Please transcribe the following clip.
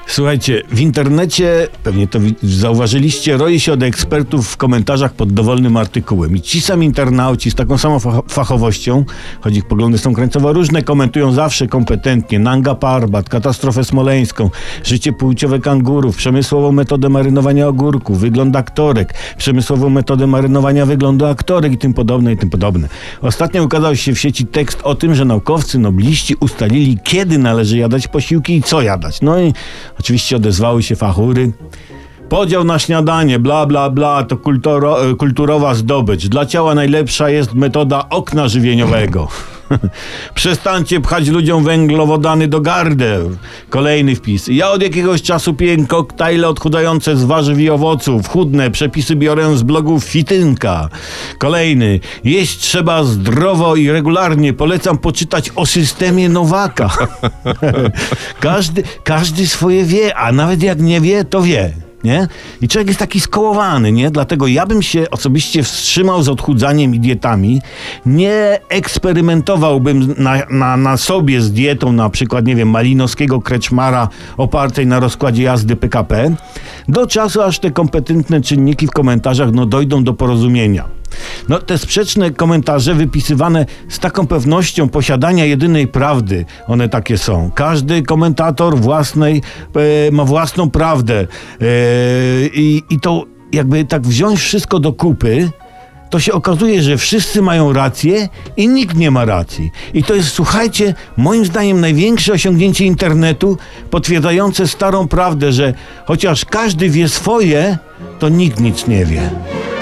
Słuchajcie, w internecie, pewnie to zauważyliście, roi się od ekspertów w komentarzach pod dowolnym artykułem. I ci sami internauci z taką samą fachowością, choć ich poglądy są krańcowo różne, komentują zawsze kompetentnie Nanga Parbat, katastrofę smoleńską, życie płciowe kangurów, przemysłową metodę marynowania ogórków, wygląd aktorek, przemysłową metodę marynowania wyglądu aktorek i tym podobne, i tym podobne. Ostatnio ukazał się w sieci tekst o tym, że naukowcy, nobliści ustalili, kiedy należy jadać posiłki i co jadać. No i oczywiście odezwały się fachury. Podział na śniadanie, bla bla bla, to kulturowa zdobycz. Dla ciała najlepsza jest metoda okna żywieniowego. Przestańcie pchać ludziom węglowodany do gardeł. Kolejny wpis. Ja od jakiegoś czasu piję koktajle odchudzające z warzyw i owoców. Chudne przepisy biorę z blogu Fitynka. Kolejny. Jeść trzeba zdrowo i regularnie. Polecam poczytać o systemie Nowaka. Każdy swoje wie, a nawet jak nie wie, to wie. Nie? I człowiek jest taki skołowany, nie? Dlatego ja bym się osobiście wstrzymał z odchudzaniem i dietami. Nie eksperymentowałbym na sobie z dietą, na przykład, nie wiem, malinowskiego kreczmara opartej na rozkładzie jazdy PKP, do czasu, aż te kompetentne czynniki w komentarzach dojdą do porozumienia. No, te sprzeczne komentarze wypisywane z taką pewnością posiadania jedynej prawdy, one takie są. Każdy komentator ma własną prawdę i to jakby tak wziąć wszystko do kupy, to się okazuje, że wszyscy mają rację i nikt nie ma racji. I to jest, słuchajcie, moim zdaniem największe osiągnięcie internetu, potwierdzające starą prawdę, że chociaż każdy wie swoje, to nikt nic nie wie.